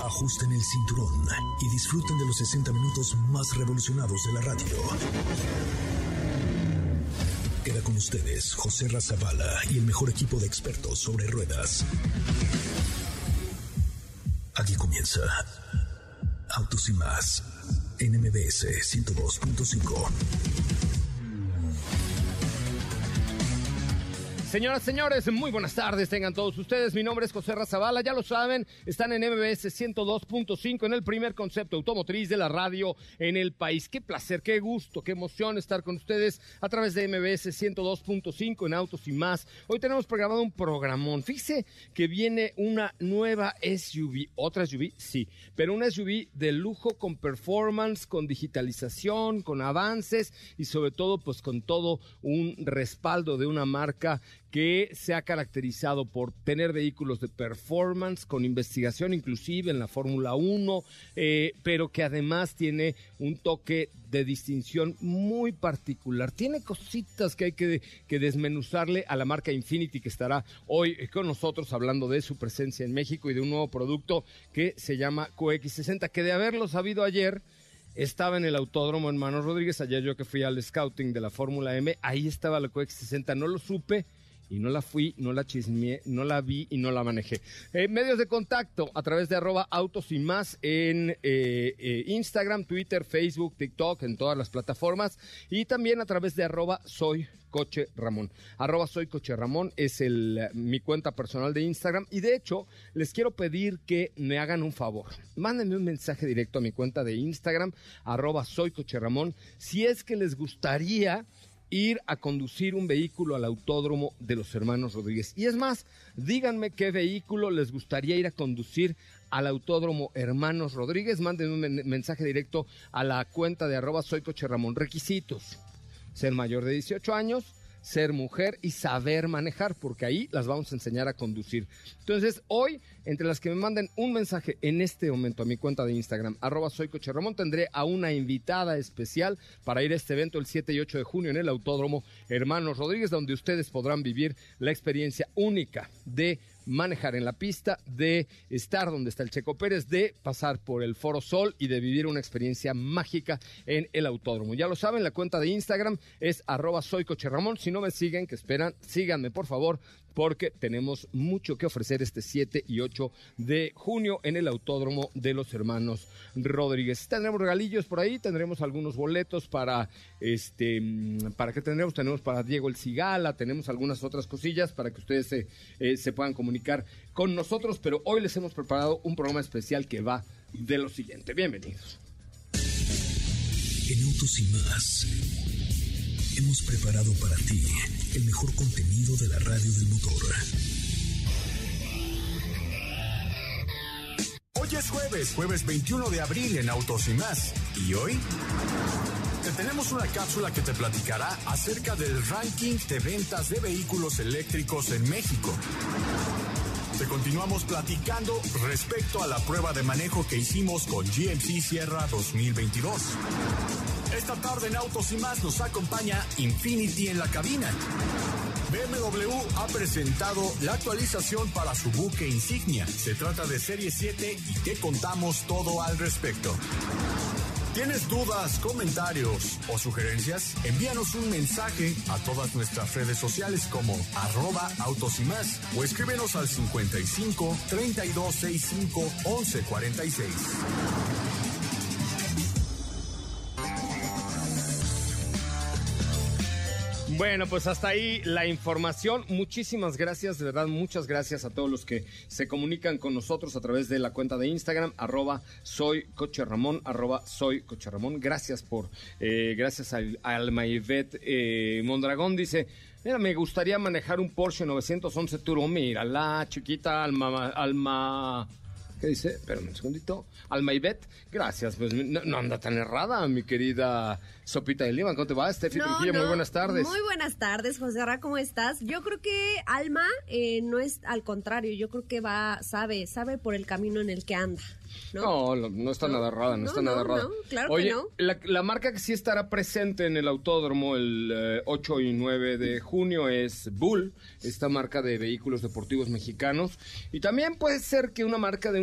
Ajusten el cinturón y disfruten de los 60 minutos más revolucionados de la radio. Queda con ustedes José Razabala y el mejor equipo de expertos sobre ruedas. Aquí comienza Autos y Más en MBS 102.5. Señoras, señores, muy buenas tardes, tengan todos ustedes. Mi nombre es José Razabala, ya lo saben, están en MBS 102.5 en el primer concepto automotriz de la radio en el país. Qué placer, qué gusto, qué emoción estar con ustedes a través de MBS 102.5 en Autos y Más. Hoy tenemos programado un programón. Fíjese que viene una nueva SUV, otra SUV, sí, pero una SUV de lujo con performance, con digitalización, con avances y sobre todo, pues con todo un respaldo de una marca que se ha caracterizado por tener vehículos de performance, con investigación inclusive en la Fórmula 1, pero que además tiene un toque de distinción muy particular. Tiene cositas que hay que desmenuzarle a la marca Infiniti, que estará hoy con nosotros hablando de su presencia en México y de un nuevo producto que se llama QX60, que de haberlo sabido ayer, estaba en el Autódromo Hermanos Rodríguez, ayer yo que fui al scouting de la Fórmula M, ahí estaba la QX60, no lo supe y no la fui, no la chismeé, no la vi y no la manejé. Medios de contacto a través de @autos y más en Instagram, Twitter, Facebook, TikTok, en todas las plataformas y también a través de @soycocheramón. @soycocheramón es mi cuenta personal de Instagram y de hecho les quiero pedir que me hagan un favor. Mándenme un mensaje directo a mi cuenta de Instagram, @soycocheramón, si es que les gustaría ir a conducir un vehículo al Autódromo de los Hermanos Rodríguez. Y es más, díganme qué vehículo les gustaría ir a conducir al Autódromo Hermanos Rodríguez. Manden un mensaje directo a la cuenta de @soycocheramón. Requisitos: ser mayor de 18 años, ser mujer y saber manejar, porque ahí las vamos a enseñar a conducir. Entonces, hoy, entre las que me manden un mensaje en este momento a mi cuenta de Instagram, @soycocheramón, tendré a una invitada especial para ir a este evento el 7 y 8 de junio en el Autódromo Hermanos Rodríguez, donde ustedes podrán vivir la experiencia única de manejar en la pista, de estar donde está el Checo Pérez, de pasar por el Foro Sol y de vivir una experiencia mágica en el autódromo. Ya lo saben, la cuenta de Instagram es @soycocheramón. Si no me siguen, que esperan, síganme por favor, porque tenemos mucho que ofrecer este 7 y 8 de junio en el Autódromo de los Hermanos Rodríguez. Tendremos regalillos por ahí, tendremos algunos boletos ¿para qué tendremos? Tenemos para Diego El Cigala, tenemos algunas otras cosillas para que ustedes se puedan comunicar con nosotros, pero hoy les hemos preparado un programa especial que va de lo siguiente. Bienvenidos. En Autos y Más hemos preparado para ti el mejor contenido de la radio del motor. Hoy es jueves 21 de abril en Autos y Más. ¿Y hoy? Te tenemos una cápsula que te platicará acerca del ranking de ventas de vehículos eléctricos en México. Te continuamos platicando respecto a la prueba de manejo que hicimos con GMC Sierra 2022. Esta tarde en Autos y Más nos acompaña Infiniti en la cabina. BMW ha presentado la actualización para su buque insignia. Se trata de Serie 7 y te contamos todo al respecto. ¿Tienes dudas, comentarios o sugerencias? Envíanos un mensaje a todas nuestras redes sociales como @autosymás o escríbenos al 55 3265 1146. Bueno, pues hasta ahí la información. Muchísimas gracias, de verdad, muchas gracias a todos los que se comunican con nosotros a través de la cuenta de Instagram, @soycocheramón, @soycocheramón. Gracias gracias al Alma Ivette Mondragón, dice: mira, me gustaría manejar un Porsche 911 Turbo. Mira, la chiquita Alma... ¿Qué dice? Espérame un segundito. Alma Ivette, gracias. Pues no anda tan errada, mi querida Sopita de Lima. ¿Cómo te va, Steffi Trujillo? Muy buenas tardes. Muy buenas tardes, José Ra, ¿cómo estás? Yo creo que Alma no es al contrario. Yo creo que sabe por el camino en el que anda. No está nada errada, no está nada errada. No, claro. Oye, que no. La marca que sí estará presente en el autódromo el 8 y 9 de junio es Bull, esta marca de vehículos deportivos mexicanos. Y también puede ser que una marca de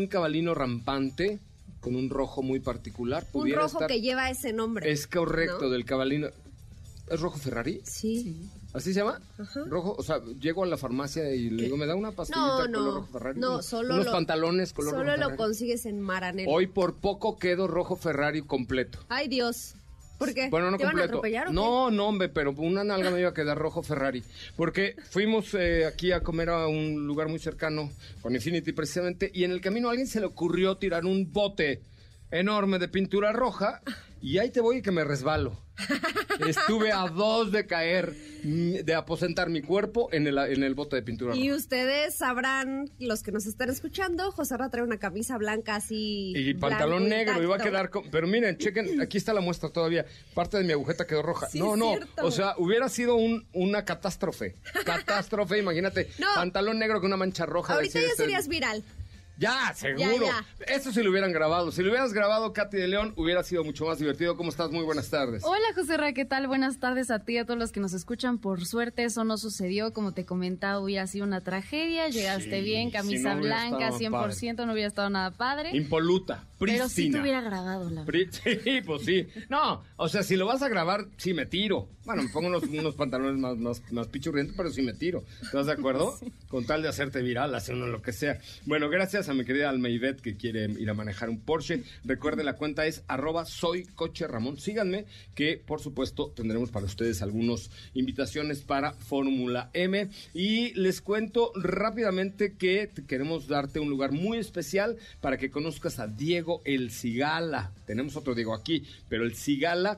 un cabalino rampante con un rojo muy particular. Un rojo que lleva ese nombre. Es correcto, ¿no? Del cabalino. ¿Es rojo Ferrari? Sí. ¿Así se llama? Ajá. Rojo, o sea, llego a la farmacia y le digo, ¿me da una pastillita color rojo Ferrari? No, solo unos pantalones color rojo Ferrari. Solo Ferrari. lo consigues en Maranello. Hoy por poco quedo rojo Ferrari completo. Ay, Dios. ¿Por qué? Bueno, no ¿Te completo. van a atropellar o qué? No, hombre, pero una nalga me iba a quedar rojo Ferrari. Porque fuimos aquí a comer a un lugar muy cercano con Infinity precisamente, y en el camino a alguien se le ocurrió tirar un bote enorme de pintura roja, y ahí te voy que me resbalo. Estuve a 2 de caer, de aposentar mi cuerpo en el bote de pintura roja. Y ustedes sabrán, los que nos están escuchando, José Ra trae una camisa blanca así. Y pantalón negro, intacto. iba a quedar pero miren, chequen, aquí está la muestra todavía. Parte de mi agujeta quedó roja. Sí, no, cierto. o sea, hubiera sido una catástrofe. Catástrofe, imagínate. No. Pantalón negro con una mancha roja. Ahorita decir, ya serías viral. Ya, seguro. Ya. Eso sí lo hubieran grabado. Si lo hubieras grabado, Katy de León, hubiera sido mucho más divertido. ¿Cómo estás? Muy buenas tardes. Hola, José Ra, ¿qué tal? Buenas tardes a ti y a todos los que nos escuchan. Por suerte, eso no sucedió. Como te comentaba, hubiera sido una tragedia. Llegaste Sí, bien, si camisa no hubiera blanca, estado 100%, no hubiera estado nada padre. Impoluta, prístina. Pero sí te hubiera grabado, la verdad. Sí, pues sí. No, o sea, si lo vas a grabar, sí me tiro. Bueno, me pongo unos pantalones más pichurrientos, pero sí me tiro. ¿Estás de acuerdo? Sí. Con tal de hacerte viral, hacer uno lo que sea. Bueno, gracias a mi querida Almeidet que quiere ir a manejar un Porsche. Recuerde, la cuenta es @soycocheramón. Síganme, que por supuesto tendremos para ustedes algunas invitaciones para Fórmula M. Y les cuento rápidamente que queremos darte un lugar muy especial para que conozcas a Diego El Cigala. Tenemos otro Diego aquí, pero El Cigala,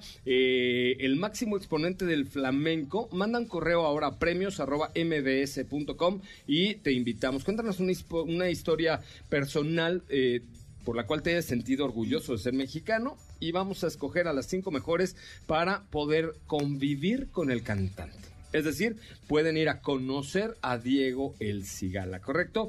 el máximo exponente del flamenco. Manda un correo ahora a premios@mbs.com y te invitamos. Cuéntanos una historia personal por la cual te hayas sentido orgulloso de ser mexicano, y vamos a escoger a las 5 mejores para poder convivir con el cantante. Es decir, pueden ir a conocer a Diego El Cigala, ¿correcto?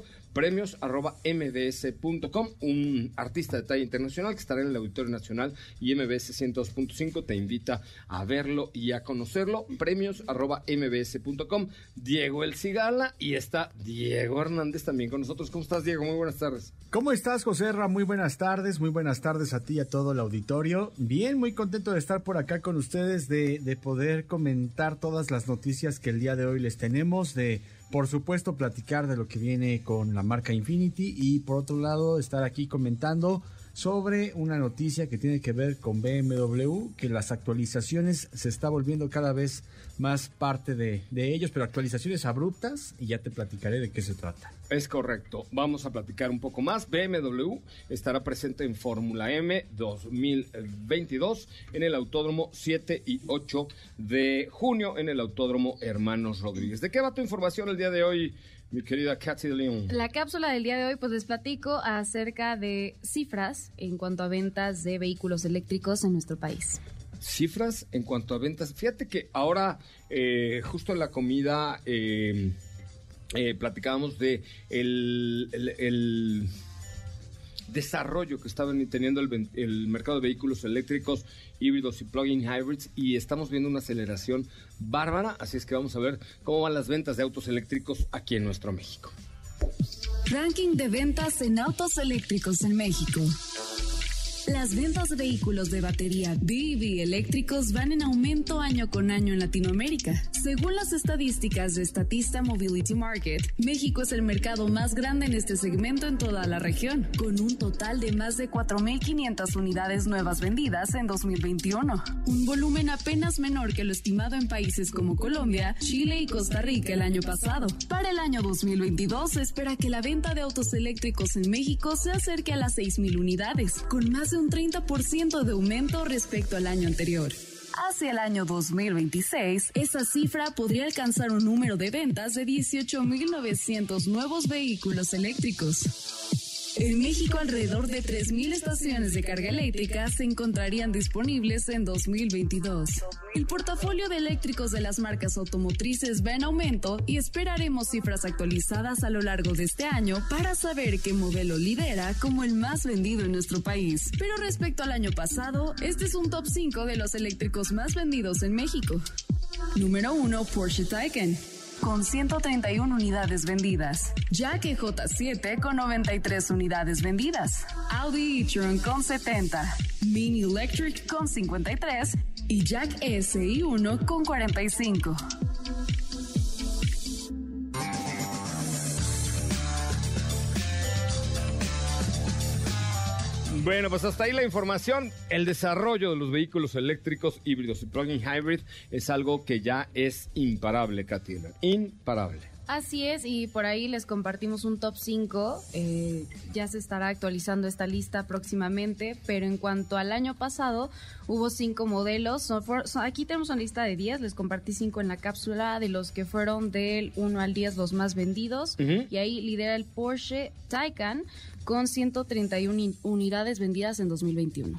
Premios@mbs.com, un artista de talla internacional que estará en el Auditorio Nacional, y MBS 102.5 te invita a verlo y a conocerlo. Premios@mbs.com, Diego El Cigala, y está Diego Hernández también con nosotros. ¿Cómo estás, Diego? Muy buenas tardes. ¿Cómo estás, José Ra? Muy buenas tardes a ti y a todo el auditorio. Bien, muy contento de estar por acá con ustedes, de poder comentar todas las noticias que el día de hoy les tenemos, de por supuesto platicar de lo que viene con la marca Infinity, y por otro lado estar aquí comentando sobre una noticia que tiene que ver con BMW, que las actualizaciones se está volviendo cada vez más parte de ellos, pero actualizaciones abruptas, y ya te platicaré de qué se trata. Es correcto, vamos a platicar un poco más. BMW estará presente en Fórmula M 2022 en el Autódromo 7 y 8 de junio en el Autódromo Hermanos Rodríguez. ¿De qué va tu información el día de hoy, mi querida Katy de León? La cápsula del día de hoy, pues les platico acerca de cifras en cuanto a ventas de vehículos eléctricos en nuestro país. Cifras en cuanto a ventas. Fíjate que ahora, justo en la comida, platicábamos de el desarrollo que estaba teniendo el mercado de vehículos eléctricos, híbridos y plug-in hybrids, y estamos viendo una aceleración bárbara, así es que vamos a ver cómo van las ventas de autos eléctricos aquí en nuestro México. Ranking de ventas en autos eléctricos en México. Las ventas de vehículos de batería BEV eléctricos van en aumento año con año en Latinoamérica. Según las estadísticas de Statista Mobility Market, México es el mercado más grande en este segmento en toda la región, con un total de más de 4.500 unidades nuevas vendidas en 2021. Un volumen apenas menor que lo estimado en países como Colombia, Chile y Costa Rica el año pasado. Para el año 2022 se espera que la venta de autos eléctricos en México se acerque a las 6.000 unidades, con más de un 30% de aumento respecto al año anterior. Hacia el año 2026, esa cifra podría alcanzar un número de ventas de 18.900 nuevos vehículos eléctricos. En México, alrededor de 3.000 estaciones de carga eléctrica se encontrarían disponibles en 2022. El portafolio de eléctricos de las marcas automotrices va en aumento y esperaremos cifras actualizadas a lo largo de este año para saber qué modelo lidera como el más vendido en nuestro país. Pero respecto al año pasado, este es un top 5 de los eléctricos más vendidos en México. Número 1, Porsche Taycan. con 131 unidades vendidas. Jack EJ7 con 93 unidades vendidas. Audi e-tron con 70. Mini Electric con 53. Y Jack SI1 con 45. Bueno, pues hasta ahí la información. El desarrollo de los vehículos eléctricos híbridos y plug-in hybrid es algo que ya es imparable, Katy. Imparable. Así es, y por ahí les compartimos un top 5, ya se estará actualizando esta lista próximamente, pero en cuanto al año pasado, hubo 5 modelos, aquí tenemos una lista de 10, les compartí 5 en la cápsula de los que fueron del 1 al 10 los más vendidos, y ahí lidera el Porsche Taycan con 131 unidades vendidas en 2021.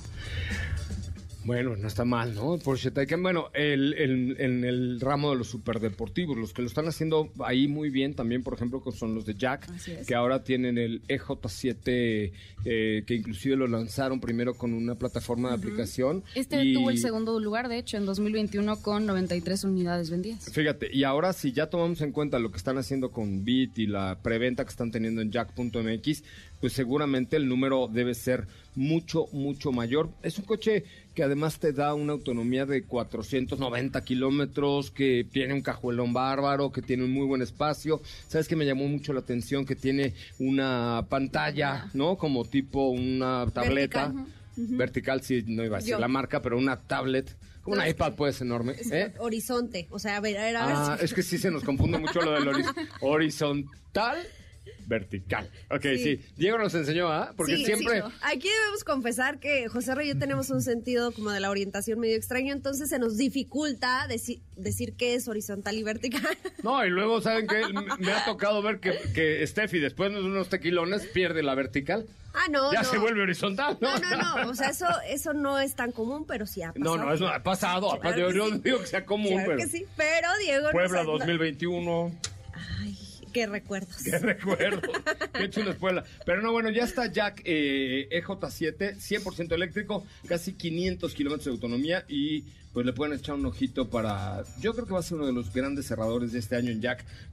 Bueno, no está mal, ¿no? Porsche Taycan, bueno, en el ramo de los superdeportivos, los que lo están haciendo ahí muy bien también, por ejemplo, son los de Jack, que ahora tienen el EJ7, que inclusive lo lanzaron primero con una plataforma de aplicación. Tuvo el segundo lugar, de hecho, en 2021 con 93 unidades vendidas. Fíjate, y ahora si ya tomamos en cuenta lo que están haciendo con Bit y la preventa que están teniendo en Jack.mx, pues seguramente el número debe ser mucho, mucho mayor. Es un coche que además te da una autonomía de 490 kilómetros, que tiene un cajuelón bárbaro, que tiene un muy buen espacio. ¿Sabes qué me llamó mucho la atención? Que tiene una pantalla, ¿no? Como tipo una tableta. Vertical, sí, no iba a decir la marca, pero una tablet. Como un iPad, pues, enorme. Horizonte, o sea, a ver. Es que sí se nos confunde mucho lo del horizontal. Vertical. Ok, sí. Diego nos enseñó, porque siempre... Sí. Aquí debemos confesar que José Rey y yo tenemos un sentido como de la orientación medio extraño, entonces se nos dificulta decir qué es horizontal y vertical. No, y luego, ¿saben qué? Me ha tocado ver que Steffi, después de unos tequilones, pierde la vertical. No. Se vuelve horizontal, ¿no? No. O sea, eso no es tan común, pero sí ha pasado. No, eso ha pasado. Claro yo no digo que sea común, claro pero... que sí, pero Diego... Puebla 2021... Ay... Qué recuerdos. Qué chula escuela. Pero no, bueno, ya está Jack EJ7, 100% eléctrico, casi 500 kilómetros de autonomía y pues le pueden echar un ojito para... Yo creo que va a ser uno de los grandes cerradores de este año en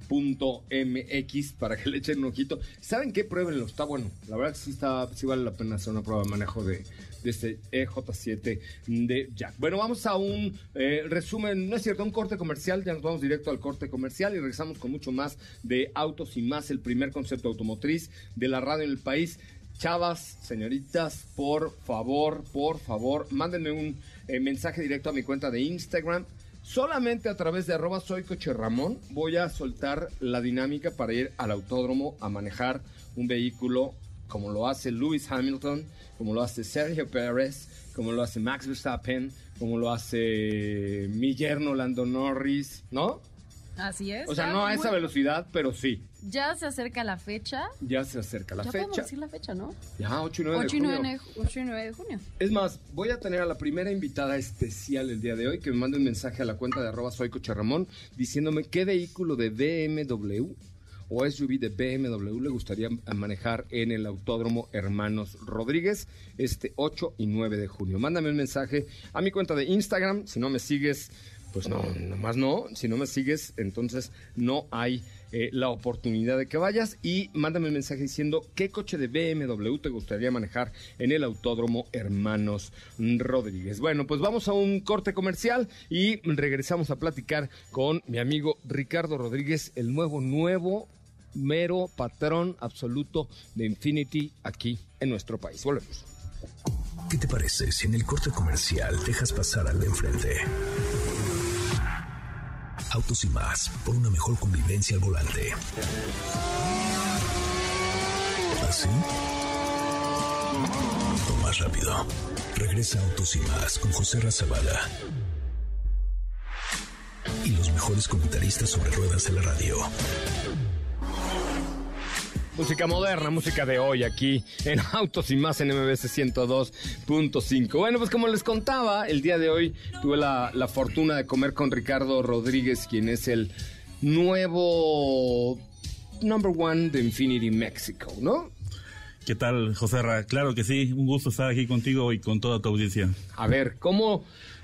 Jack.mx para que le echen un ojito. ¿Saben qué? Pruébenlo, está bueno. La verdad que sí vale la pena hacer una prueba de manejo de este EJ7 de Jack. Bueno, vamos a un resumen, no es cierto, un corte comercial. Ya nos vamos directo al corte comercial y regresamos con mucho más de Autos y Más, el primer concepto automotriz de la radio en el país. Chavas, señoritas, por favor, mándenme un mensaje directo a mi cuenta de Instagram. Solamente a través de @soycocherramón voy a soltar la dinámica para ir al autódromo a manejar un vehículo como lo hace Lewis Hamilton, como lo hace Sergio Pérez, como lo hace Max Verstappen, como lo hace mi yerno Lando Norris, ¿no? Así es. O sea, no a esa velocidad, pero sí. Ya se acerca la fecha. Ya podemos decir la fecha, ¿no? Ya, 8 y 9 de junio. 8 y 9 de junio. Es más, voy a tener a la primera invitada especial el día de hoy que me mande un mensaje a la cuenta de @soycocherramón diciéndome qué vehículo de BMW o SUV de BMW le gustaría manejar en el Autódromo Hermanos Rodríguez este 8 y 9 de junio. Mándame un mensaje a mi cuenta de Instagram. Si no me sigues, pues no, nomás no. Si no me sigues, entonces no hay la oportunidad de que vayas. Y mándame un mensaje diciendo qué coche de BMW te gustaría manejar en el Autódromo Hermanos Rodríguez. Bueno, pues vamos a un corte comercial y regresamos a platicar con mi amigo Ricardo Rodríguez, el nuevo mero patrón absoluto de Infiniti aquí en nuestro país. Volvemos. ¿Qué te parece si en el corte comercial dejas pasar al de enfrente? Autos y Más, por una mejor convivencia al volante. ¿Así? O más rápido. Regresa Autos y Más con José Razabala y los mejores comentaristas sobre ruedas de la radio. Música moderna, música de hoy aquí en Autos y Más en MBS 102.5. Bueno, pues como les contaba, el día de hoy tuve la fortuna de comer con Ricardo Rodríguez, quien es el nuevo number one de Infiniti México, ¿no? ¿Qué tal, Joserra? Claro que sí, un gusto estar aquí contigo y con toda tu audiencia. A ver, ¿cómo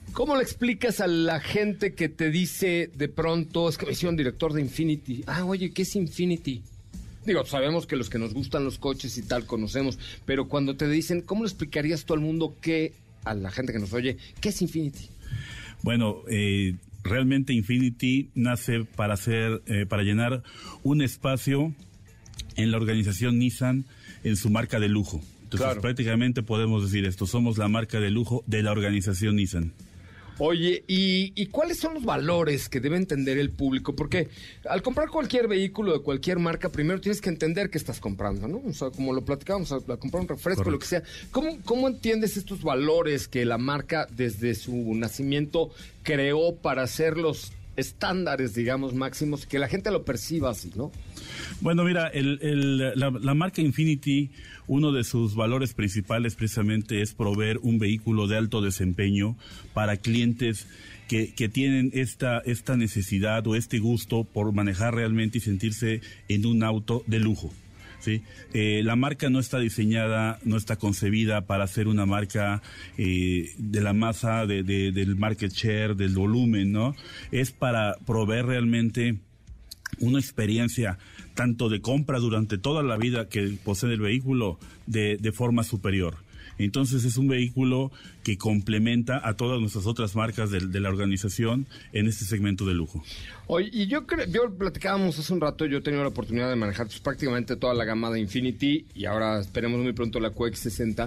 ¿Cómo le explicas a la gente que te dice de pronto, es que me hicieron director de Infiniti? Oye, ¿qué es Infiniti? Digo, sabemos que los que nos gustan los coches y tal conocemos, pero cuando te dicen, ¿cómo le explicarías tú al mundo a la gente que nos oye, qué es Infiniti? Bueno, realmente Infiniti nace para llenar un espacio en la organización Nissan en su marca de lujo. Entonces, prácticamente podemos decir esto, somos la marca de lujo de la organización Nissan. Oye, ¿y cuáles son los valores que debe entender el público? Porque al comprar cualquier vehículo de cualquier marca, primero tienes que entender qué estás comprando, ¿no? O sea, como lo platicábamos, a comprar un refresco, lo que sea. ¿Cómo entiendes estos valores que la marca desde su nacimiento creó para hacer los estándares, digamos, máximos, que la gente lo perciba así, ¿no? Bueno, mira, la marca Infiniti, uno de sus valores principales precisamente es proveer un vehículo de alto desempeño para clientes que tienen esta necesidad o este gusto por manejar realmente y sentirse en un auto de lujo. ¿Sí? La marca no está diseñada, no está concebida para ser una marca de la masa, del market share, del volumen, ¿no? Es para proveer realmente una experiencia tanto de compra durante toda la vida que posee el vehículo de forma superior. Entonces es un vehículo que complementa a todas nuestras otras marcas de la organización en este segmento de lujo. Oye, y yo platicábamos hace un rato, yo he tenido la oportunidad de manejar prácticamente toda la gama de Infiniti y ahora esperemos muy pronto la QX60.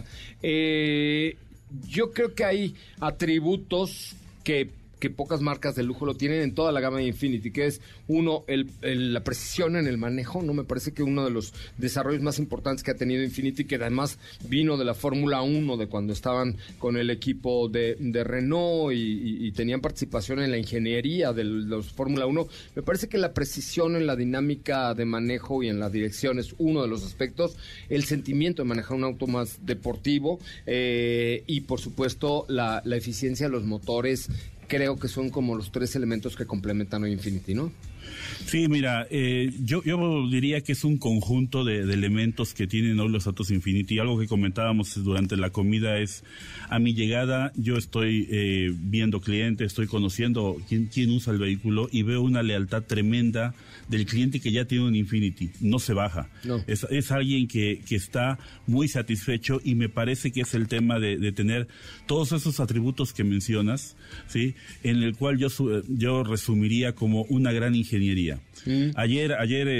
Yo creo que hay atributos que pocas marcas de lujo lo tienen en toda la gama de Infiniti, que es uno, la precisión en el manejo, ¿no? Me parece que uno de los desarrollos más importantes que ha tenido Infiniti, que además vino de la Fórmula 1, de cuando estaban con el equipo de Renault y tenían participación en la ingeniería de los Fórmula 1, me parece que la precisión en la dinámica de manejo y en la dirección es uno de los aspectos, el sentimiento de manejar un auto más deportivo y por supuesto la eficiencia de los motores. Creo que son como los tres elementos que complementan hoy Infiniti, ¿no? Sí, mira, yo diría que es un conjunto de elementos que tienen hoy los autos Infiniti. Algo que comentábamos durante la comida es, a mi llegada, yo estoy viendo clientes, estoy conociendo quién usa el vehículo y veo una lealtad tremenda del cliente que ya tiene un Infiniti. No se baja. No. Es alguien que está muy satisfecho y me parece que es el tema de tener todos esos atributos que mencionas, ¿sí? En el cual yo resumiría como una gran ingeniería. Ayer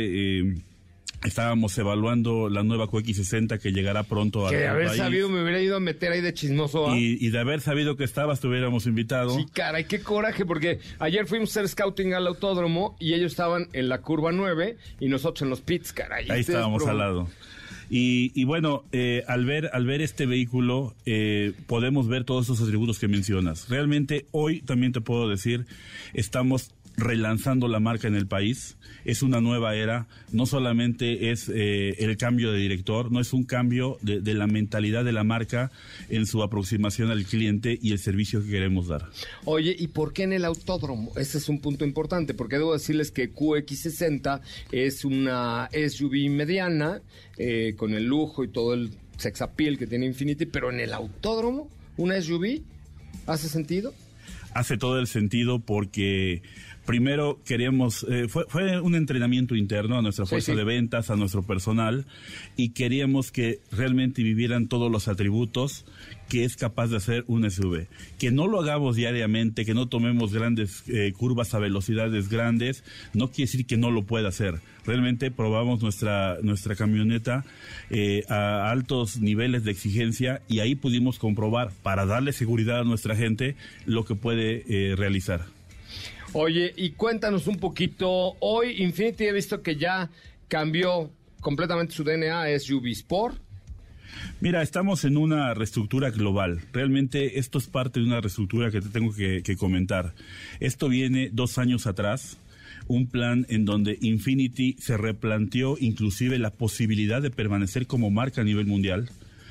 estábamos evaluando la nueva QX60 que llegará pronto que al de haber país. Sabido me hubiera ido a meter ahí de chismoso. Y de haber sabido que estabas, te hubiéramos invitado. Sí, caray, qué coraje, porque ayer fuimos a hacer scouting al autódromo y ellos estaban en la curva 9 y nosotros en los pits, caray. Ahí estábamos al lado. Y bueno, al ver este vehículo, podemos ver todos esos atributos que mencionas. Realmente hoy también te puedo decir, estamos relanzando la marca en el país. Es una nueva era, no solamente es el cambio de director, no es un cambio de la mentalidad de la marca en su aproximación al cliente y el servicio que queremos dar. Oye, ¿y por qué en el autódromo? Ese es un punto importante, porque debo decirles que QX60 es una SUV mediana, con el lujo y todo el sex appeal que tiene Infiniti, pero en el autódromo, ¿una SUV? ¿Hace sentido? Hace todo el sentido porque primero queríamos, fue un entrenamiento interno a nuestra fuerza de ventas, a nuestro personal, y queríamos que realmente vivieran todos los atributos que es capaz de hacer un SUV. Que no lo hagamos diariamente, que no tomemos grandes curvas a velocidades grandes, no quiere decir que no lo pueda hacer. Realmente probamos nuestra camioneta a altos niveles de exigencia y ahí pudimos comprobar, para darle seguridad a nuestra gente, lo que puede realizar. Oye, y cuéntanos un poquito, hoy Infiniti he visto que ya cambió completamente su DNA a SUV Sport. Mira, estamos en una reestructura global. Realmente esto es parte de una reestructura que te tengo que comentar. Esto viene 2 años atrás, un plan en donde Infiniti se replanteó inclusive la posibilidad de permanecer como marca a nivel mundial.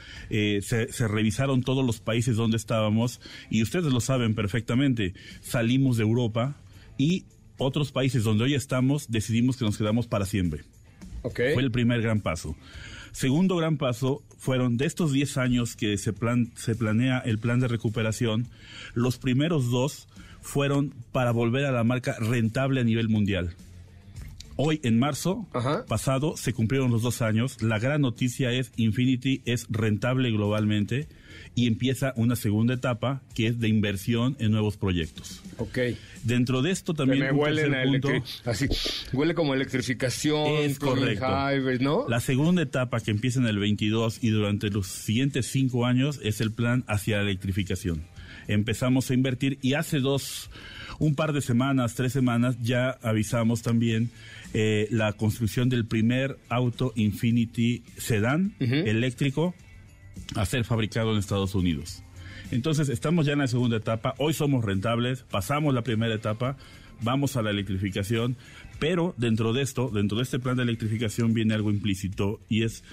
Se revisaron todos los países donde estábamos y ustedes lo saben perfectamente. Salimos de Europa y otros países donde hoy estamos decidimos que nos quedamos para siempre. Okay. Fue el primer gran paso. Segundo gran paso fueron de estos 10 años que se planea el plan de recuperación, los primeros 2 fueron para volver a la marca rentable a nivel mundial. Hoy, en marzo pasado, se cumplieron los 2 años. La gran noticia es Infiniti es rentable globalmente y empieza una segunda etapa que es de inversión en nuevos proyectos. Ok. Dentro de esto también me huele así, huele como electrificación, es correcto. Hybrid, ¿no? La segunda etapa que empieza en el 22 y durante los siguientes 5 años es el plan hacia la electrificación. Empezamos a invertir y hace un par de semanas, 3 semanas, ya avisamos también la construcción del primer auto Infiniti sedán eléctrico a ser fabricado en Estados Unidos. Entonces, estamos ya en la segunda etapa, hoy somos rentables, pasamos la primera etapa, vamos a la electrificación, pero dentro de este plan de electrificación viene algo implícito y es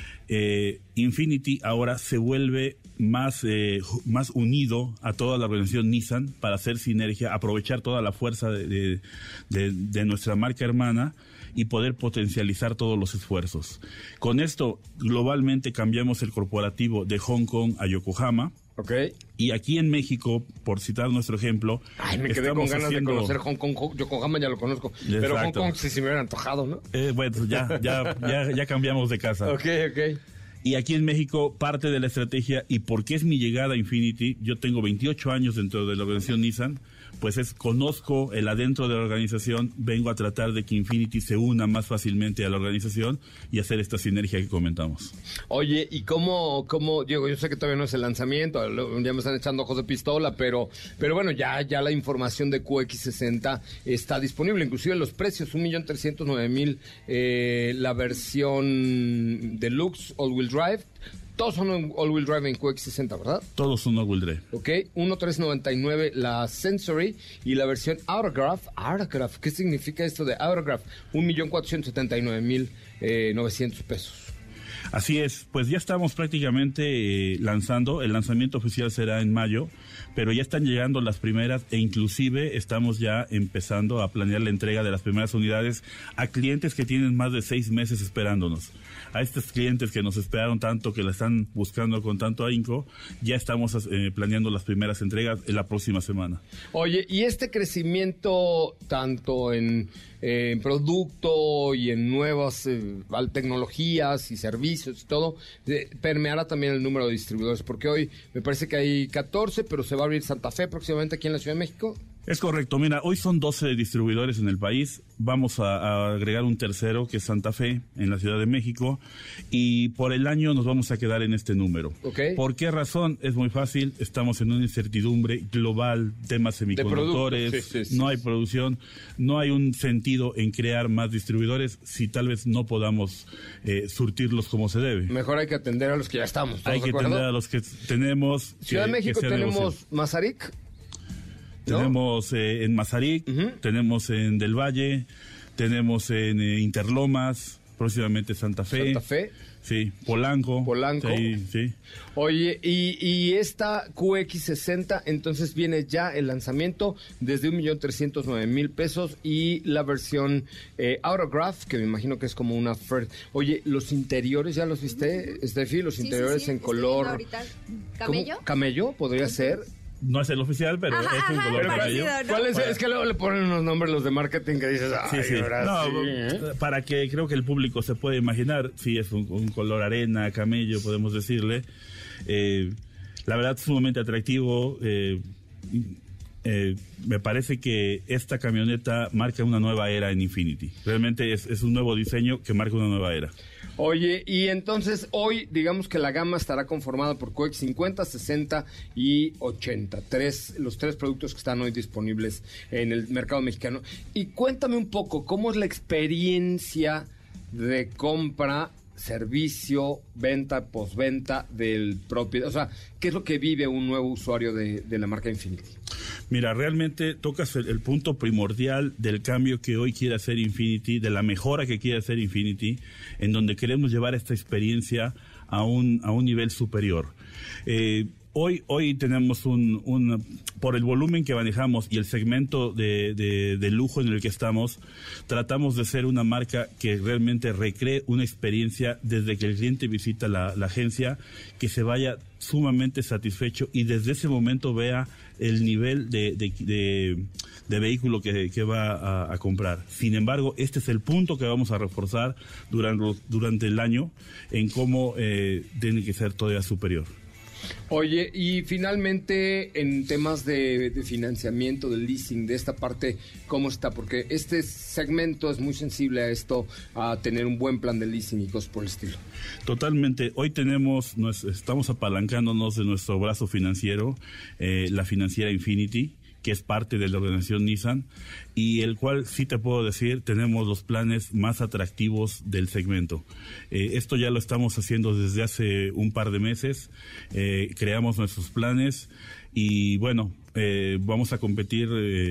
Infiniti ahora se vuelve más unido a toda la organización Nissan para hacer sinergia, aprovechar toda la fuerza de nuestra marca hermana y poder potencializar todos los esfuerzos. Con esto, globalmente cambiamos el corporativo de Hong Kong a Yokohama. Okay. Y aquí en México, por citar nuestro ejemplo... Ay, me quedé con ganas de conocer Hong Kong. Yokohama ya lo conozco. Exacto. Pero Hong Kong sí se me hubiera antojado, ¿no? Bueno, ya cambiamos de casa. Ok. Y aquí en México, parte de la estrategia, y porque es mi llegada a Infiniti, yo tengo 28 años dentro de la organización Nissan, pues conozco el adentro de la organización, vengo a tratar de que Infiniti se una más fácilmente a la organización y hacer esta sinergia que comentamos. Oye, ¿y cómo Diego? Yo sé que todavía no es el lanzamiento, ya me están echando ojos de pistola, pero bueno, ya la información de QX60 está disponible, inclusive los precios, 1,309,000 la versión Deluxe All-Wheel Drive. Todos son all-wheel drive en QX60, ¿verdad? Todos son all-wheel drive. Ok, 1,399 la Sensory y la versión Autograph. Autograph, ¿qué significa esto de Autograph? 1,479,900 pesos. Así es, pues ya estamos prácticamente lanzando, el lanzamiento oficial será en mayo, pero ya están llegando las primeras e inclusive estamos ya empezando a planear la entrega de las primeras unidades a clientes que tienen más de 6 meses esperándonos. A estos clientes que nos esperaron tanto, que la están buscando con tanto ahínco, ya estamos planeando las primeras entregas en la próxima semana. Oye, y este crecimiento tanto en producto y en nuevas tecnologías y servicios y todo, permeará también el número de distribuidores, porque hoy me parece que hay 14, pero se va a abrir Santa Fe próximamente aquí en la Ciudad de México. Es correcto, mira, hoy son 12 distribuidores en el país, vamos a agregar un tercero que es Santa Fe en la Ciudad de México y por el año nos vamos a quedar en este número. Okay. ¿Por qué razón? Es muy fácil, estamos en una incertidumbre global, temas semiconductores, sí. No hay producción, no hay un sentido en crear más distribuidores si tal vez no podamos surtirlos como se debe. Mejor hay que atender a los que ya estamos. Hay que atender a los que tenemos. Ciudad de México tenemos Mazarik. ¿No? Tenemos en Mazarik, tenemos en Del Valle, tenemos en Interlomas, próximamente Santa Fe. Santa Fe. Sí, Polanco. Sí. Oye, y esta QX60, entonces viene ya el lanzamiento desde 1,309,000 pesos y la versión Autograph, que me imagino que es como una... Oye, los interiores, ¿ya los viste, Steffi? Los interiores en color... ¿Camello? ¿Camello? ¿Podría ser? No es el oficial, pero es un color camello. ¿No? ¿Cuál es? Es que luego le ponen unos nombres los de marketing que dices, ay, sí. Ahora Para que creo que el público se puede imaginar, sí, es un color arena, camello, podemos decirle. La verdad es sumamente atractivo. Me parece que esta camioneta marca una nueva era en Infiniti. Realmente es un nuevo diseño que marca una nueva era. Oye, y entonces hoy digamos que la gama estará conformada por QX50, 60 y 80. Los 3 productos que están hoy disponibles en el mercado mexicano. Y cuéntame un poco, ¿cómo es la experiencia de compra, servicio, venta, postventa del propio? O sea, ¿qué es lo que vive un nuevo usuario de la marca Infiniti? Mira, realmente tocas el punto primordial del cambio que hoy quiere hacer Infiniti, de la mejora que quiere hacer Infiniti, en donde queremos llevar esta experiencia a un nivel superior. Hoy tenemos por el volumen que manejamos y el segmento de lujo en el que estamos, tratamos de ser una marca que realmente recree una experiencia desde que el cliente visita la agencia, que se vaya sumamente satisfecho y desde ese momento vea el nivel de vehículo que va a comprar. Sin embargo, este es el punto que vamos a reforzar durante el año en cómo tiene que ser todavía superior. Oye, y finalmente en temas de financiamiento, del leasing, de esta parte, ¿cómo está? Porque este segmento es muy sensible a esto, a tener un buen plan de leasing y cosas por el estilo. Totalmente. Hoy estamos apalancándonos de nuestro brazo financiero, la financiera Infinity, que es parte de la organización Nissan, y el cual, sí te puedo decir, tenemos los planes más atractivos del segmento. Esto ya lo estamos haciendo desde hace un par de meses, creamos nuestros planes y bueno, vamos a competir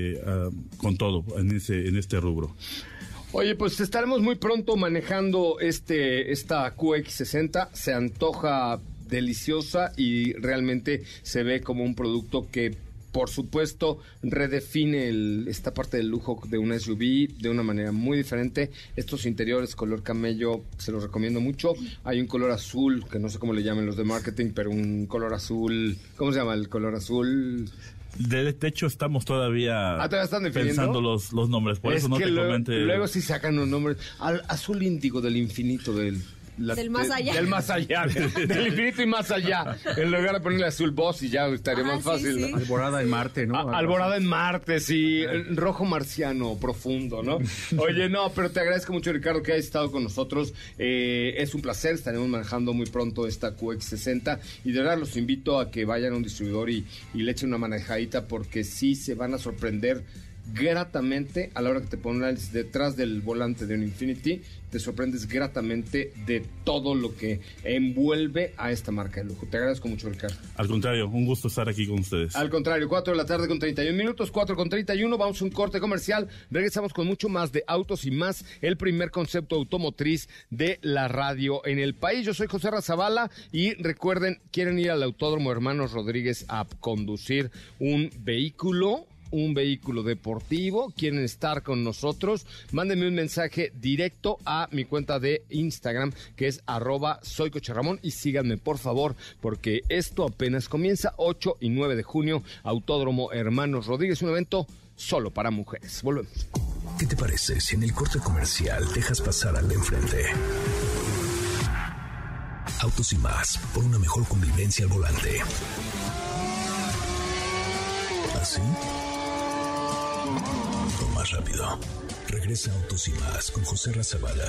con todo en este rubro. Oye, pues estaremos muy pronto manejando esta QX60, se antoja deliciosa y realmente se ve como un producto que, por supuesto, redefine esta parte del lujo de una SUV de una manera muy diferente. Estos interiores color camello se los recomiendo mucho. Hay un color azul, que no sé cómo le llaman los de marketing, pero un color azul, ¿cómo se llama el color azul? De hecho, estamos todavía pensando los nombres, por es eso no te comenté. Luego sí sacan los nombres. Azul índigo del infinito, del más allá. Del más allá, del infinito y más allá. En lugar de ponerle azul boss y ya estaría más fácil. Sí. ¿No? Alborada en Marte, ¿no? Alborada en Marte, sí. Rojo marciano, profundo, ¿no? Oye, no, pero te agradezco mucho, Ricardo, que hayas estado con nosotros. Es un placer. Estaremos manejando muy pronto esta QX60. Y de verdad los invito a que vayan a un distribuidor y le echen una manejadita, porque sí se van a sorprender gratamente a la hora que te pones detrás del volante de un Infinity. Te sorprendes gratamente de todo lo que envuelve a esta marca de lujo. Te agradezco mucho, Ricardo. Al contrario, un gusto estar aquí con ustedes. Al contrario, 4 de la tarde con 31 minutos, 4:31, vamos a un corte comercial. Regresamos con mucho más de Autos y Más, el primer concepto automotriz de la radio en el país. Yo soy José Razabala y recuerden, quieren ir al Autódromo Hermanos Rodríguez a conducir un vehículo deportivo, quieren estar con nosotros, mándenme un mensaje directo a mi cuenta de Instagram, que es @soycocherramón, y síganme por favor, porque esto apenas comienza. 8 y 9 de junio, Autódromo Hermanos Rodríguez, un evento solo para mujeres. Volvemos. ¿Qué te parece si en el corte comercial dejas pasar al de enfrente? Autos y Más, por una mejor convivencia al volante. ¿Así? O más rápido. Regresa Autos y Más con José Razabala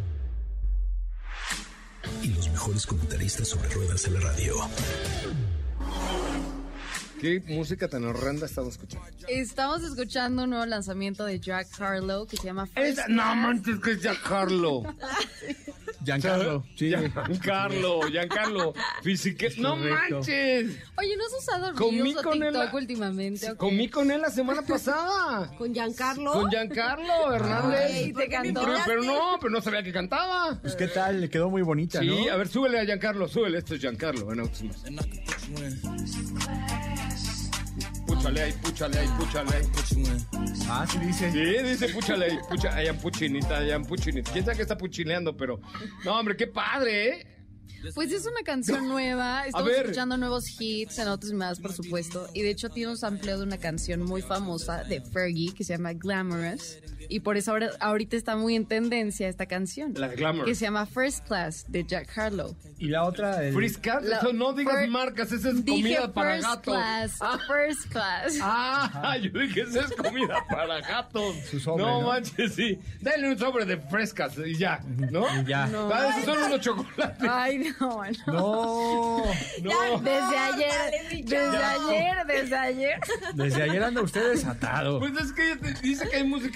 y los mejores comentaristas sobre ruedas de la radio. ¿Qué música tan horrenda estamos escuchando? Estamos escuchando un nuevo lanzamiento de Jack Harlow que se llama First Class. No manches, que es Jack Harlow. Giancarlo. Sí. Giancarlo. No manches. Oye, ¿no has usado Comí Reels o con él TikTok últimamente? ¿O qué? Comí con él la semana pasada. ¿Con Giancarlo? Con Giancarlo Hernández. Ay, ¿te cantó? Pero no sabía que cantaba. Pues qué tal, le quedó muy bonita, Sí, ¿no? a ver, súbele a Giancarlo, súbele. Esto es Giancarlo en Autos y Más. Púchale ahí. Ah, sí dice. Sí, dice púchale ahí. Hayan puchinita. ¿Quién sabe que está puchileando? Pero, no, hombre, qué padre, ¿eh? Pues es una canción nueva. Estamos ver. escuchando nuevos hits en Autos y Más, por supuesto. Y de hecho tiene un sampleo de una canción muy famosa de Fergie que se llama Glamorous. Y por eso ahorita está muy en tendencia esta canción. La de Glamorous. Que se llama First Class de Jack Harlow. Y la otra... Friscat, eso no digas marcas, esa es comida para gatos. First Class. Yo dije, esa es comida para gatos. Su sobre, no ¿no? manches, sí. Dale un sobre de frescas y ya, ¿no? Y ya. No. Esos son unos chocolates. Ay, no. No. Desde ayer. Desde ayer anda usted desatado. Pues es que dice que hay música de Wiz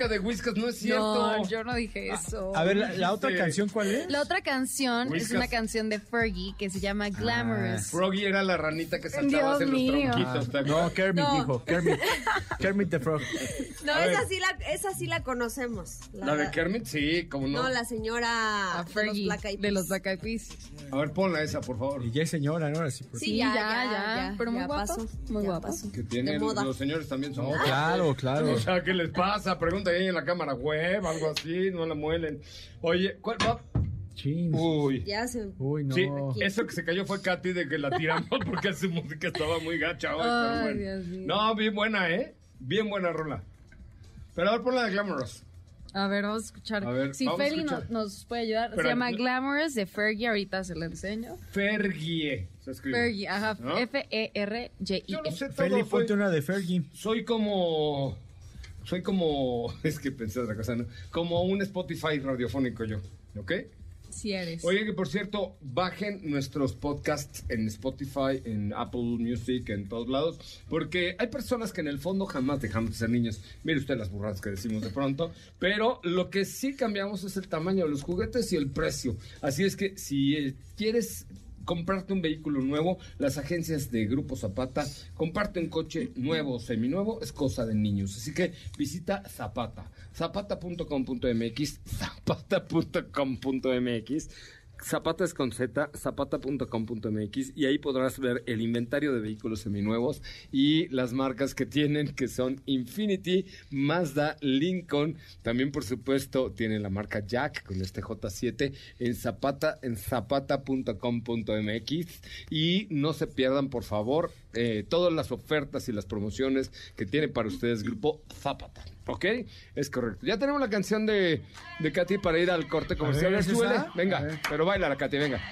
Whiskas, no es cierto. No, yo no dije eso. A ver, ¿la otra canción cuál es? La otra canción Whiskas. es una canción de Fergie que se llama Glamorous. Froggy era la ranita que saltaba Dios hacia los mío. tronquitos. ¿te No, acuerdas? Kermit No. dijo. Kermit the Frog. No, A ver. esa sí la conocemos. ¿La de Kermit? Sí, cómo no. No, la señora A Fergie de los Black Eyed de los Peas. Black Eyed Peas. A ver, ponla esa, por favor. Y ya es señora, ¿no? Así, pues. Sí, ya, pero muy ya guapa, pasó, muy ya guapa. pasó. Que tiene, De moda. los señores también son. No, claro. O sea, ¿qué les pasa? Pregunta ahí en la cámara web, algo así, no la muelen. Oye, ¿cuál va? Chin. Uy. Ya se... Uy, no. Sí, eso que se cayó fue Katy de que la tiramos porque su música estaba muy gacha hoy, pero Ay, bueno. Dios mío. No, bien buena, ¿eh? Bien buena rola. Pero a ver, ponla de Glamorous. A ver, vamos a escuchar. A ver, si vamos a Feli escuchar. nos puede ayudar. Pero, se llama no- Glamorous de Fergie, ahorita se la enseño. Fergie se escribe. Fergie, ajá, ¿No? Fergie. Yo no sé todo. Feli, ponte una de Fergie. Soy como... Es que pensé otra cosa, ¿no? Como un Spotify radiofónico yo, ¿ok? Si eres. Oye, que por cierto, bajen nuestros podcasts en Spotify, en Apple Music, en todos lados, porque hay personas que en el fondo jamás dejamos de ser niños. Mire usted las burradas que decimos de pronto, pero lo que sí cambiamos es el tamaño de los juguetes y el precio. Así es que si quieres comprarte un vehículo nuevo, las agencias de Grupo Zapata comparten coche nuevo o seminuevo, es cosa de niños. Así que visita Zapata, zapata.com.mx, zapata.com.mx. Zapata es con Z, zapata.com.mx, y ahí podrás ver el inventario de vehículos seminuevos y las marcas que tienen, que son Infiniti, Mazda, Lincoln. También, por supuesto, tienen la marca Jack con este J7 en zapata.com.mx. Y no se pierdan, por favor, todas las ofertas y las promociones que tiene para ustedes Grupo Zapata. ¿Ok? Es correcto. Ya tenemos la canción de Katy para ir al corte comercial. ¿es Súbele. esa? Venga, A ver. pero baila la Katy, venga.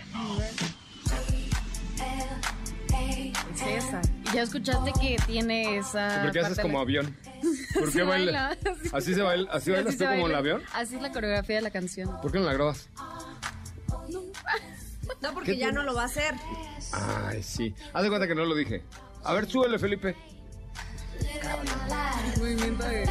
Es esa. Y ya escuchaste que tiene esa. ¿Por qué haces parte como de- avión? ¿Por Sí qué baila? baila. ¿Así se baila? ¿Así bailas Así tú se como el baila. avión? Así es la coreografía de la canción. ¿Por qué no la grabas? No, porque ya no lo va a hacer. Ay, sí. Haz de cuenta que no lo dije. A ver, súbele, Felipe. Movimiento de.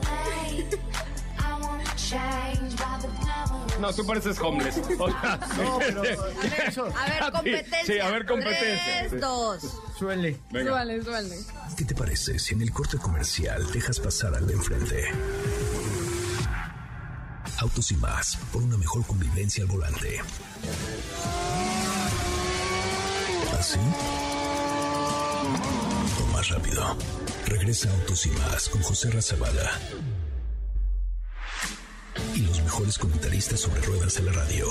No, tú pareces homeless. O sea, No, pero eso. A ver, Katy, competencia. sí, a ver, competencia. 3, Sí. 2. Suele. venga. Súbale, súbale. ¿Qué te parece si en el corte comercial dejas pasar al de enfrente? Autos y más, por una mejor convivencia al volante. ¿Así? O más rápido. Regresa Autos y más con José Razabala. Y los mejores comentaristas sobre ruedas de la radio.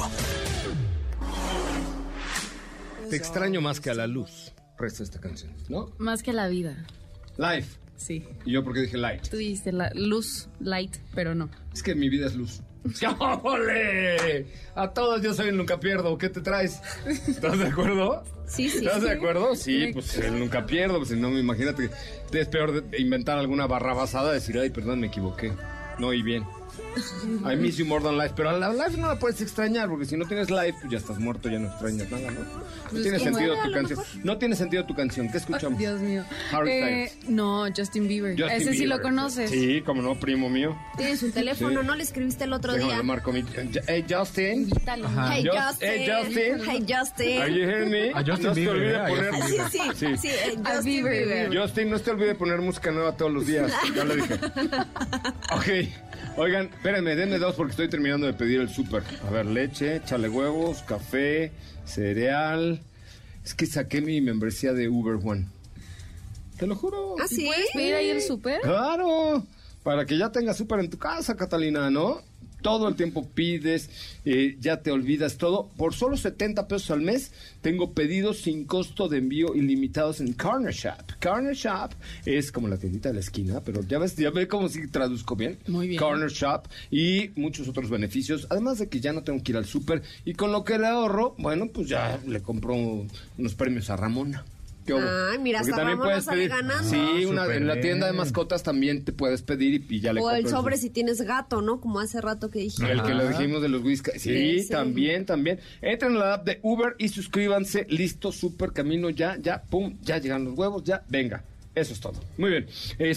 Te extraño más que a la luz. Resta esta canción, ¿no? Más que la vida. Live. Sí. ¿Y yo por qué dije light? Tú dijiste la luz, light, pero no. Es que mi vida es luz. ¡Ole! A todos yo soy el nunca pierdo. ¿Qué te traes? ¿Estás de acuerdo? Sí, sí. ¿Estás de acuerdo? Sí, Sí. pues el nunca pierdo. Pues si no, imagínate que es peor de inventar alguna barra basada, decir, ay, perdón, me equivoqué. No oí bien. I miss you more than life. Pero a la life no la puedes extrañar, porque si no tienes life, pues ya estás muerto, ya no extrañas nada, ¿no? No tiene como sentido era, a tu lo canción. No tiene sentido tu canción. ¿Qué escuchamos? Dios mío. Harry Styles. No, Justin Bieber. Justin Ese sí Bieber. lo conoces. Sí, como no, primo mío. Tienes un teléfono, Sí. ¿no? Le escribiste el otro Déjame día. le marco mi... Hey, Justin. Invítalo. Hey, Just- Justin. hey, Justin. Hey, Justin. Are you hearing me? A Justin no se te Bieber, olvide a poner... Justin Sí, Bieber. sí, sí. A Justin Bieber, Bieber. Justin, no se te olvide poner música nueva todos los días. Ya lo dije. Ok. Oigan, espérenme, denme dos porque estoy terminando de pedir el súper. A ver, leche, chale huevos, café, cereal. Es que saqué mi membresía de Uber One. Te lo juro. ¿Ah, sí? ¿Puedes pedir ahí el súper? Claro, para que ya tengas súper en tu casa, Catalina, ¿no? Todo el tiempo pides, ya te olvidas todo. Por solo 70 pesos al mes, tengo pedidos sin costo de envío ilimitados en Corner Shop. Corner Shop es como la tiendita de la esquina, pero ya ve como si traduzco bien. Muy bien. Corner Shop y muchos otros beneficios. Además de que ya no tengo que ir al súper. Y con lo que le ahorro, bueno, pues ya le compro unos premios a Ramona. ¿Qué hubo? Ay, mira, Porque hasta también Ramona puedes sale pedir. ganando. Sí, Súper en la tienda de bien. mascotas también te puedes pedir y ya le O el compras sobre si tienes gato, ¿no? Como hace rato que dije. el que lo dijimos de los whisky. Sí, Sí. también. Entren a la app de Uber y suscríbanse. Listo, súper camino, ya, pum, ya llegan los huevos, ya, venga. Eso es todo. Muy bien.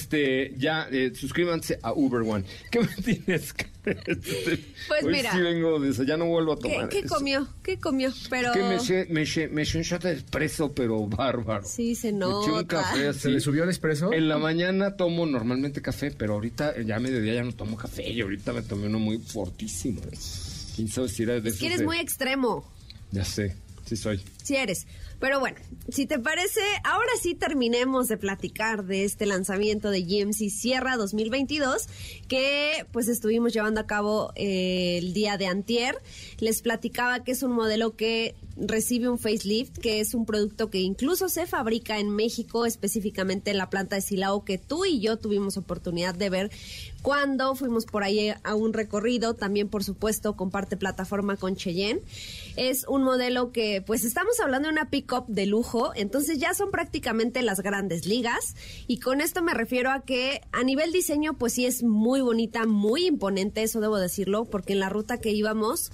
Suscríbanse a Uber One. ¿Qué me tienes que Pues hoy mira. sí vengo de eso, ya no vuelvo a tomar. ¿Qué comió? Pero... Que me eché un shot de espresso, pero bárbaro. Sí, se Me eché un nota. café así. ¿Se le subió el espresso? En la mañana tomo normalmente café, pero ahorita ya a mediodía ya no tomo café y ahorita me tomé uno muy fortísimo. ¿Quién sabe si era de esos Que eres de- muy extremo. Ya sé, sí soy. Sí eres. Pero bueno, si te parece, ahora sí terminemos de platicar de este lanzamiento de GMC Sierra 2022 que pues estuvimos llevando a cabo el día de antier. Les platicaba que es un modelo que recibe un facelift, que es un producto que incluso se fabrica en México, específicamente en la planta de Silao, que tú y yo tuvimos oportunidad de ver cuando fuimos por ahí a un recorrido. También, por supuesto, comparte plataforma con Cheyenne. Es un modelo que, pues, estamos hablando de una pick-up de lujo, entonces ya son prácticamente las grandes ligas. Y con esto me refiero a que a nivel diseño, pues sí es muy bonita, muy imponente, eso debo decirlo, porque en la ruta que íbamos,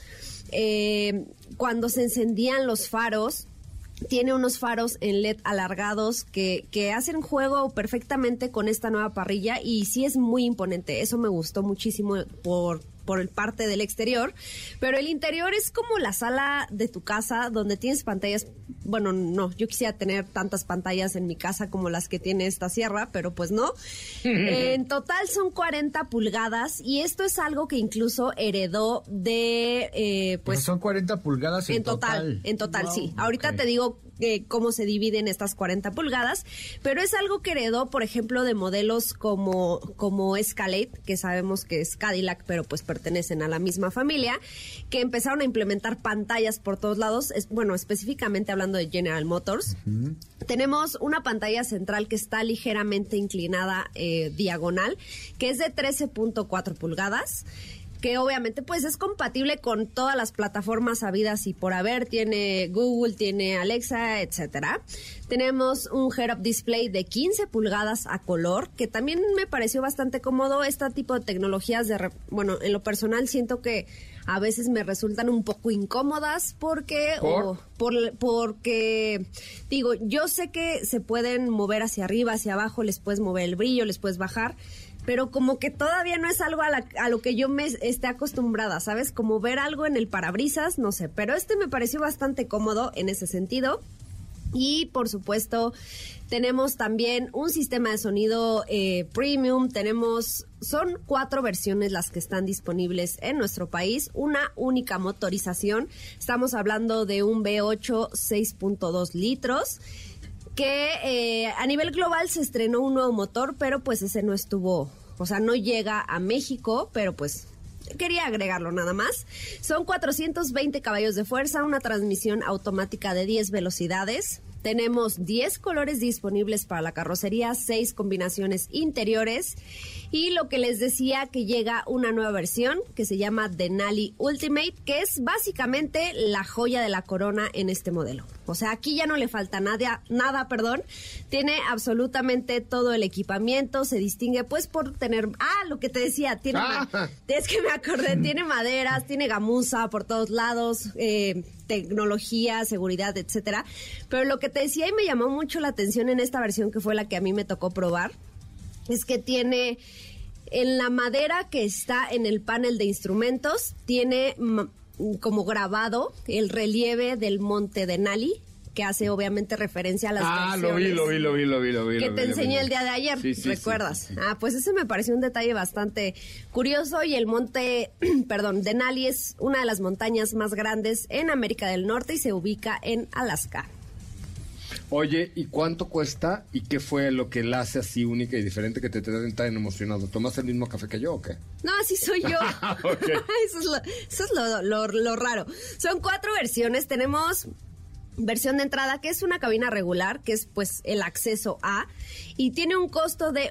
cuando se encendían los faros, tiene unos faros en LED alargados que hacen juego perfectamente con esta nueva parrilla y sí es muy imponente. Eso me gustó muchísimo por el parte del exterior, pero el interior es como la sala de tu casa donde tienes pantallas. Bueno, no, yo quisiera tener tantas pantallas en mi casa como las que tiene esta Sierra, pero pues no. En total son 40 pulgadas y esto es algo que incluso heredó de... Pues son 40 pulgadas en total. En total, Wow, sí. Ahorita ok. te digo cómo se dividen estas 40 pulgadas, pero es algo que heredó, por ejemplo, de modelos como Escalade, que sabemos que es Cadillac, pero pues pertenecen a la misma familia, que empezaron a implementar pantallas por todos lados, bueno, específicamente hablando de General Motors. Tenemos una pantalla central que está ligeramente inclinada diagonal, que es de 13.4 pulgadas, que obviamente pues es compatible con todas las plataformas habidas y por haber. Tiene Google, tiene Alexa, etcétera. Tenemos un head-up display de 15 pulgadas a color, que también me pareció bastante cómodo. Este tipo de tecnologías, bueno, en lo personal siento que a veces me resultan un poco incómodas porque porque digo, yo sé que se pueden mover hacia arriba, hacia abajo, les puedes mover el brillo, les puedes bajar, pero como que todavía no es algo a lo que yo me esté acostumbrada, ¿sabes? Como ver algo en el parabrisas, no sé, pero me pareció bastante cómodo en ese sentido. Y, por supuesto, tenemos también un sistema de sonido premium. Son 4 versiones las que están disponibles en nuestro país. Una única motorización. Estamos hablando de un V8 6.2 litros. Que a nivel global se estrenó un nuevo motor, pero pues ese no estuvo, o sea, no llega a México, pero pues quería agregarlo nada más. Son 420 caballos de fuerza, una transmisión automática de 10 velocidades. Tenemos 10 colores disponibles para la carrocería, 6 combinaciones interiores. Y lo que les decía, que llega una nueva versión que se llama Denali Ultimate, que es básicamente la joya de la corona en este modelo. O sea, aquí ya no le falta nada, tiene absolutamente todo el equipamiento, se distingue pues por tener, lo que te decía, es que me acordé, tiene maderas, tiene gamuza por todos lados, tecnología, seguridad, etcétera. Pero lo que te decía y me llamó mucho la atención en esta versión, que fue la que a mí me tocó probar, es que tiene en la madera que está en el panel de instrumentos, tiene como grabado el relieve del monte Denali, que hace obviamente referencia a las versiones. Lo vi. Que te enseñé el día de ayer, Sí, ¿recuerdas? Sí. Pues ese me pareció un detalle bastante curioso. Y el monte, Denali es una de las montañas más grandes en América del Norte y se ubica en Alaska. Oye, ¿y cuánto cuesta? ¿Y qué fue lo que la hace así única y diferente que te traen tan emocionado? ¿Tomas el mismo café que yo o qué? No, así soy yo. Okay. Eso es lo raro. Son 4 versiones. Tenemos versión de entrada, que es una cabina regular, que es pues el acceso A, y tiene un costo de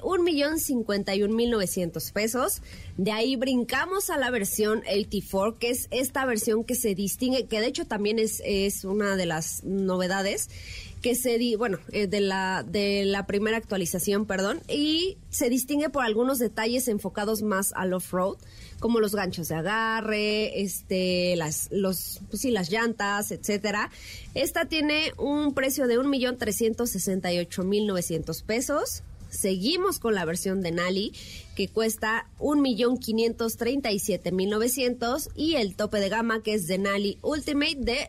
$1,051,900 pesos. De ahí brincamos a la versión 84, que es esta versión que se distingue, que de hecho también es una de las novedades, que de la primera actualización, y se distingue por algunos detalles enfocados más al off-road, como los ganchos de agarre, las llantas, etcétera. Esta tiene un precio de $1,368,900 pesos. seguimos con la versión Denali, que cuesta 1,537,900 y el tope de gama, que es Denali Ultimate, de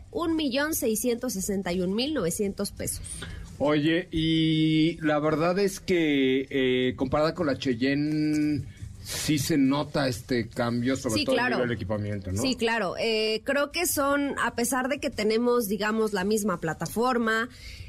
1,661,900 pesos. Oye, y la verdad es que comparada con la Cheyenne, sí se nota este cambio, sobre todo en el equipamiento, ¿no? Sí, claro. Creo que son, a pesar de que tenemos, digamos, la misma plataforma,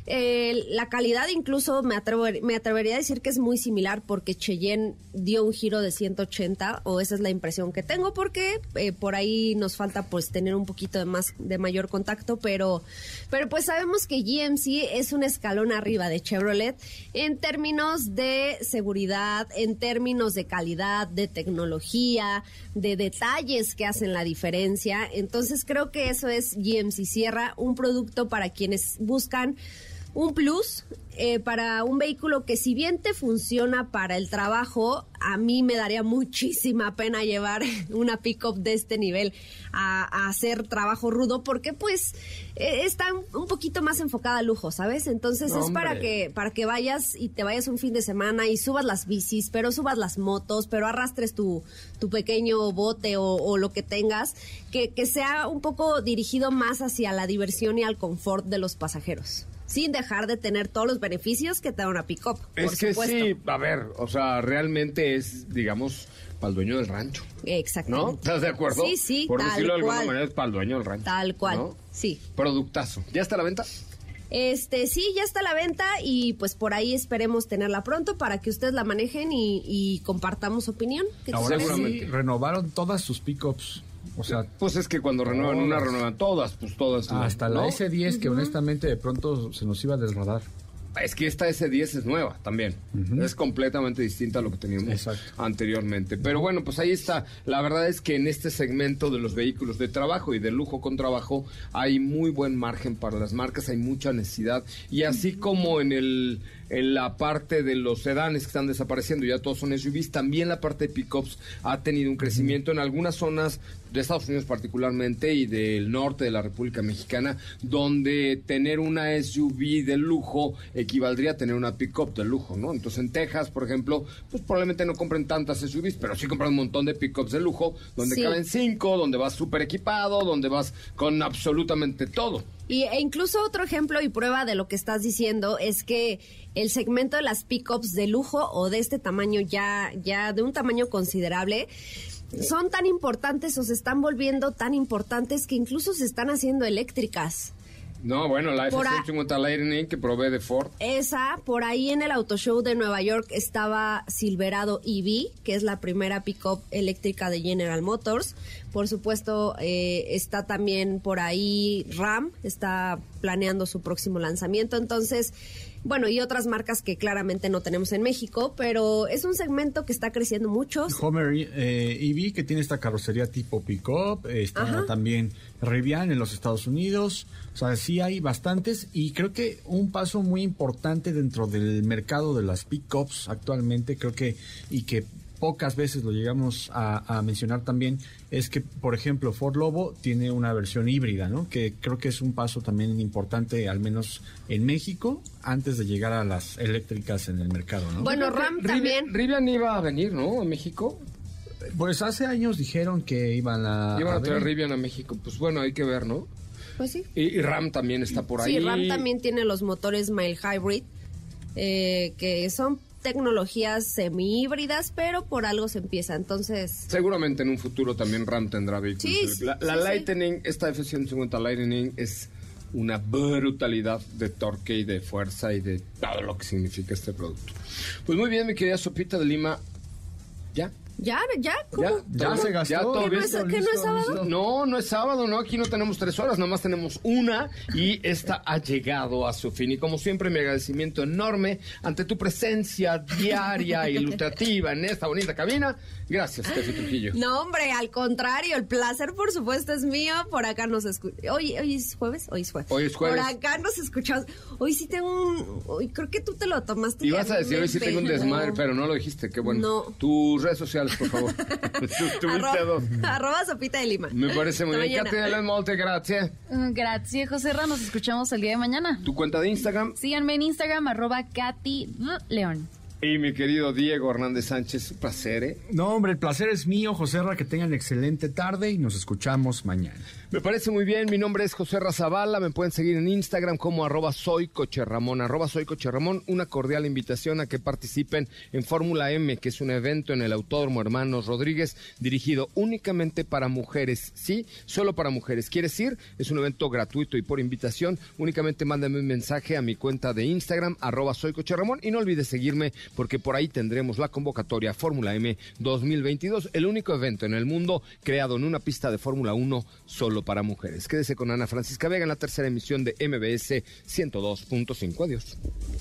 la calidad incluso me atrevería a decir que es muy similar, porque Cheyenne dio un giro de 180, o esa es la impresión que tengo, porque por ahí nos falta pues tener un poquito de mayor contacto, pero pues sabemos que GMC es un escalón arriba de Chevrolet en términos de seguridad, en términos de calidad, de tecnología, de detalles que hacen la diferencia. Entonces creo que eso es GMC Sierra, un producto para quienes buscan un plus para un vehículo que, si bien te funciona para el trabajo, a mí me daría muchísima pena llevar una pick-up de este nivel a hacer trabajo rudo, porque pues está un poquito más enfocada al lujo, ¿sabes? Entonces es para que vayas y te vayas un fin de semana y subas las bicis, pero subas las motos, pero arrastres tu pequeño bote o lo que tengas, que sea un poco dirigido más hacia la diversión y al confort de los pasajeros, sin dejar de tener todos los beneficios que te da una pick-up. Es que sí, a ver, o sea, realmente es, digamos, para el dueño del rancho. Exactamente. ¿No? ¿Estás de acuerdo? Sí, por tal decirlo de alguna cual. manera, es para el dueño del rancho. Tal cual, ¿no? sí. Productazo. ¿Ya está a la venta? Sí, ya está a la venta, y pues por ahí esperemos tenerla pronto para que ustedes la manejen y compartamos opinión. Ahora sí, renovaron todas sus pickups. O sea, pues es que cuando renuevan una, renuevan todas, pues todas. Hasta ¿no? la S10, que honestamente de pronto se nos iba a desradar. Es que esta S10 es nueva también. Es completamente distinta a lo que teníamos anteriormente. Pero bueno, pues ahí está. La verdad es que en este segmento de los vehículos de trabajo y de lujo con trabajo hay muy buen margen para las marcas, hay mucha necesidad. Y así como en la parte de los sedanes que están desapareciendo, ya todos son SUVs, también la parte de pickups ha tenido un crecimiento en algunas zonas de Estados Unidos particularmente y del norte de la República Mexicana, donde tener una SUV de lujo equivaldría a tener una pickup de lujo, ¿no? Entonces en Texas, por ejemplo, pues probablemente no compren tantas SUVs, pero sí compran un montón de pickups de lujo, donde caben 5, donde vas súper equipado, donde vas con absolutamente todo. E incluso otro ejemplo y prueba de lo que estás diciendo es que el segmento de las pickups de lujo o de este tamaño, ya de un tamaño considerable, son tan importantes o se están volviendo tan importantes que incluso se están haciendo eléctricas. No, bueno, la F-150 Lightning que provee de Ford. Esa, por ahí en el Auto Show de Nueva York estaba Silverado EV, que es la primera pick-up eléctrica de General Motors. Por supuesto, está también por ahí Ram, está planeando su próximo lanzamiento. Entonces, bueno, y otras marcas que claramente no tenemos en México, pero es un segmento que está creciendo mucho. Homer EV, que tiene esta carrocería tipo pick-up, está también Rivian en los Estados Unidos. O sea, sí hay bastantes, y creo que un paso muy importante dentro del mercado de las pick-ups actualmente, creo que, y que pocas veces lo llegamos a mencionar también, es que, por ejemplo, Ford Lobo tiene una versión híbrida, ¿no? Que creo que es un paso también importante, al menos en México, antes de llegar a las eléctricas en el mercado, ¿no? Bueno, Ram también. Rivian iba a venir, ¿no? A México. Pues hace años dijeron que iban a traer Rivian a México. Pues bueno, hay que ver, ¿no? Pues sí. Y Ram también está por ahí. Sí, Ram también tiene los motores mild hybrid, que son tecnologías semi-híbridas, pero por algo se empieza, entonces... Seguramente en un futuro también Ram tendrá vehículos. Sí, la Lightning, esta F-150 Lightning es una brutalidad de torque y de fuerza y de todo lo que significa este producto. Pues muy bien, mi querida Sopita de Lima. ¿Ya? ¿Ya? ¿Cómo? Ya se gastó. Ya todo ¿Que no es sábado? No es sábado, no, aquí no tenemos 3 horas, nomás tenemos una, y esta ha llegado a su fin. Y como siempre, mi agradecimiento enorme ante tu presencia diaria e ilustrativa en esta bonita cabina. Gracias, Steffi Trujillo. No, hombre, al contrario, el placer, por supuesto, es mío. Por acá nos escuchamos. ¿Hoy es jueves? Hoy es jueves. Hoy es jueves. Por acá nos escuchamos. Hoy sí tengo hoy creo que tú te lo tomaste. Y vas a decir, hoy sí tengo un desmadre, pero no lo dijiste, qué bueno. No. Tus redes sociales, por favor. Arroba Sopita de Lima. Me parece muy bien. Mañana. Katia, molte grazie. Gracias, José Ra. Nos escuchamos el día de mañana. ¿Tu cuenta de Instagram? Síganme en Instagram, @Katy León. Y mi querido Diego Hernández Sánchez, un placer, ¿eh? No, hombre, el placer es mío, Joserra, que tengan excelente tarde y nos escuchamos mañana. Me parece muy bien, mi nombre es Joserra Zavala, me pueden seguir en Instagram como @soycocherramón, @soycocherramón. Una cordial invitación a que participen en Fórmula M, que es un evento en el Autódromo Hermanos Rodríguez, dirigido únicamente para mujeres, sí, solo para mujeres. ¿Quieres ir? Es un evento gratuito y por invitación, únicamente mándame un mensaje a mi cuenta de Instagram, @soycocherramón, y no olvides seguirme porque por ahí tendremos la convocatoria Fórmula M 2022, el único evento en el mundo creado en una pista de Fórmula 1 solo para mujeres. Quédese con Ana Francisca Vega en la tercera emisión de MBS 102.5. Adiós.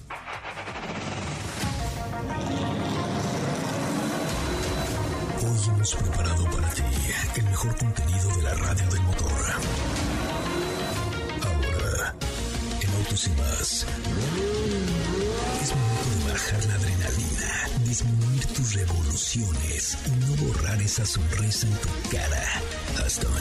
Hoy hemos preparado para ti el mejor contenido de la radio del motor. Ahora, en Autos y Más, es momento de bajar la adrenalina, disminuir tus revoluciones y no borrar esa sonrisa en tu cara. Hasta